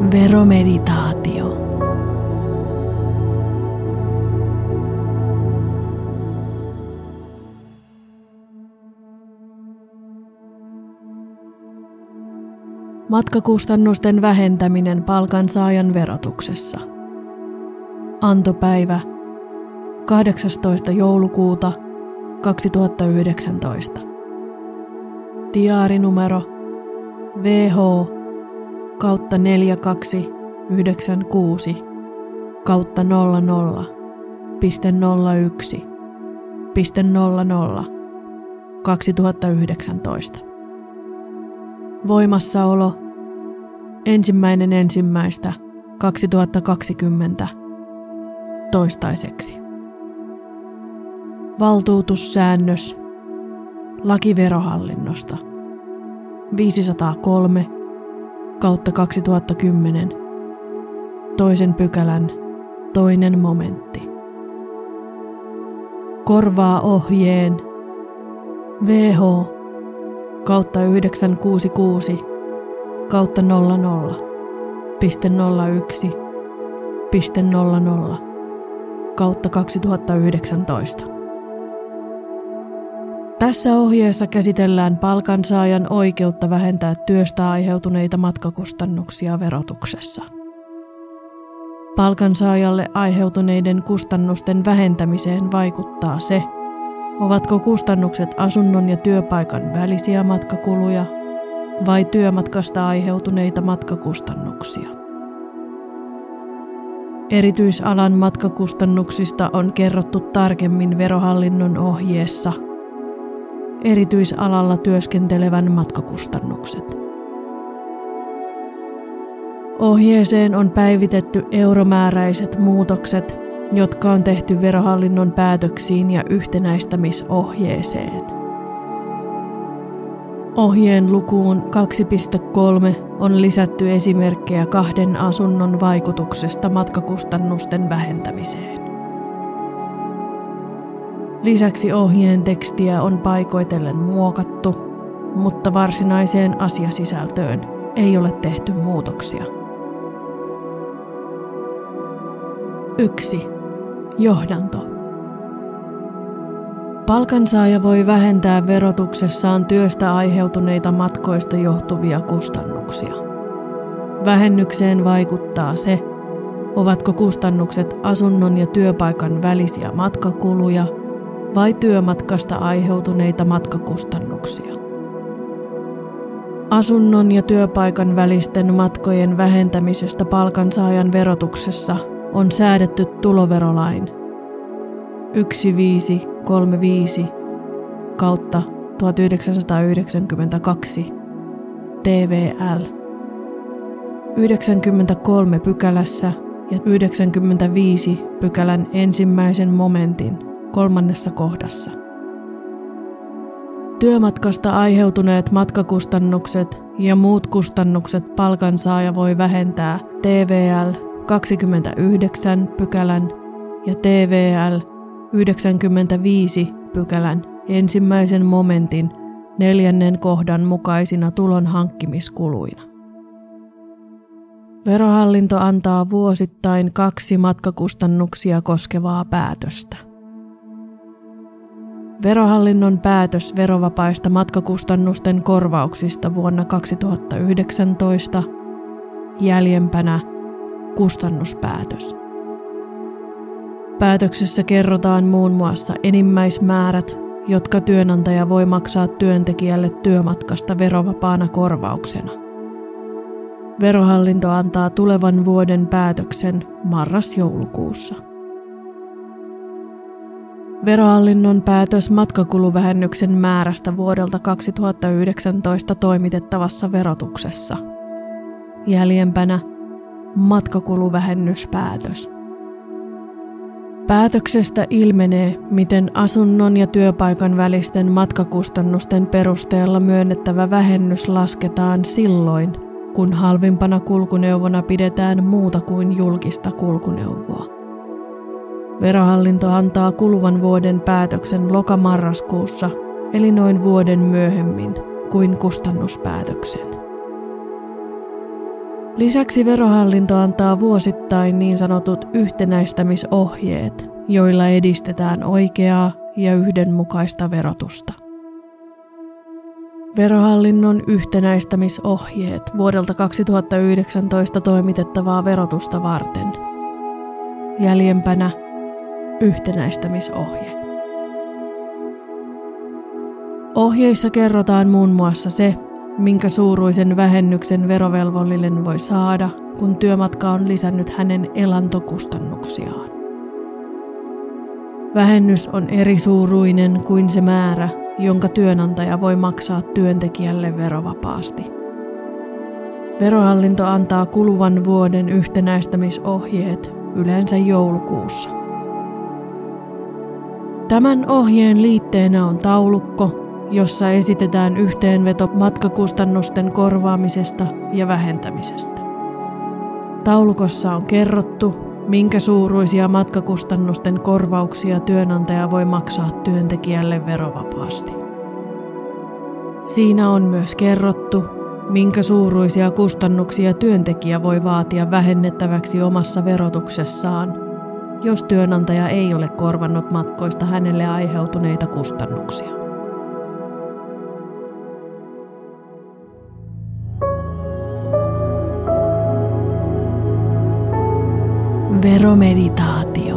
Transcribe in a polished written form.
Veromeditaatio. Matkakustannusten vähentäminen palkansaajan verotuksessa. Antopäivä 18. joulukuuta 2019. Diaarinumero VH/0096.01.00/2019. Voimassaolo 1.1.2020 toistaiseksi. Valtuutussäännös Laki Verohallinnosta 503/2010 toisen pykälän 2. momentti. Korvaa ohjeen VH/966/00/01.00/2019. Tässä ohjeessa käsitellään palkansaajan oikeutta vähentää työstä aiheutuneita matkakustannuksia verotuksessa. Palkansaajalle aiheutuneiden kustannusten vähentämiseen vaikuttaa se, ovatko kustannukset asunnon ja työpaikan välisiä matkakuluja vai työmatkasta aiheutuneita matkakustannuksia. Erityisalan matkakustannuksista on kerrottu tarkemmin Verohallinnon ohjeessa Erityisalalla työskentelevän matkakustannukset. Ohjeeseen on päivitetty euromääräiset muutokset, jotka on tehty Verohallinnon päätöksiin ja yhtenäistämisohjeeseen. Ohjeen lukuun 2.3 on lisätty esimerkkejä 2 asunnon vaikutuksesta matkakustannusten vähentämiseen. Lisäksi ohjeen tekstiä on paikoitellen muokattu, mutta varsinaiseen asiasisältöön ei ole tehty muutoksia. 1. Johdanto. Palkansaaja voi vähentää verotuksessaan työstä aiheutuneita matkoista johtuvia kustannuksia. Vähennykseen vaikuttaa se, ovatko kustannukset asunnon ja työpaikan välisiä matkakuluja vai työmatkasta aiheutuneita matkakustannuksia. Asunnon ja työpaikan välisten matkojen vähentämisestä palkansaajan verotuksessa on säädetty tuloverolain 1535/1992 TVL 93 pykälässä ja 95 pykälän 1. momentin 3. kohdassa. Työmatkasta aiheutuneet matkakustannukset ja muut kustannukset palkansaaja voi vähentää TVL 29 pykälän ja TVL 95 pykälän 1. momentin 4. kohdan mukaisina tulon hankkimiskuluina. Verohallinto antaa vuosittain 2 matkakustannuksia koskevaa päätöstä. Verohallinnon päätös verovapaista matkakustannusten korvauksista vuonna 2019, jäljempänä kustannuspäätös. Päätöksessä kerrotaan muun muassa enimmäismäärät, jotka työnantaja voi maksaa työntekijälle työmatkasta verovapaana korvauksena. Verohallinto antaa tulevan vuoden päätöksen marras-joulukuussa. Verohallinnon päätös matkakuluvähennyksen määrästä vuodelta 2019 toimitettavassa verotuksessa. Jäljempänä matkakuluvähennyspäätös. Päätöksestä ilmenee, miten asunnon ja työpaikan välisten matkakustannusten perusteella myönnettävä vähennys lasketaan silloin, kun halvimpana kulkuneuvona pidetään muuta kuin julkista kulkuneuvoa. Verohallinto antaa kuluvan vuoden päätöksen loka-marraskuussa, eli noin vuoden myöhemmin kuin kustannuspäätöksen. Lisäksi Verohallinto antaa vuosittain niin sanotut yhtenäistämisohjeet, joilla edistetään oikeaa ja yhdenmukaista verotusta. Verohallinnon yhtenäistämisohjeet vuodelta 2019 toimitettavaa verotusta varten. Jäljempänä yhtenäistämisohje. Ohjeissa kerrotaan muun muassa se, minkä suuruisen vähennyksen verovelvollinen voi saada, kun työmatka on lisännyt hänen elantokustannuksiaan. Vähennys on eri suuruinen kuin se määrä, jonka työnantaja voi maksaa työntekijälle verovapaasti. Verohallinto antaa kuluvan vuoden yhtenäistämisohjeet yleensä joulukuussa. Tämän ohjeen liitteenä on taulukko, jossa esitetään yhteenveto matkakustannusten korvaamisesta ja vähentämisestä. Taulukossa on kerrottu, minkä suuruisia matkakustannusten korvauksia työnantaja voi maksaa työntekijälle verovapaasti. Siinä on myös kerrottu, minkä suuruisia kustannuksia työntekijä voi vaatia vähennettäväksi omassa verotuksessaan, jos työnantaja ei ole korvannut matkoista hänelle aiheutuneita kustannuksia. Veromeditaatio.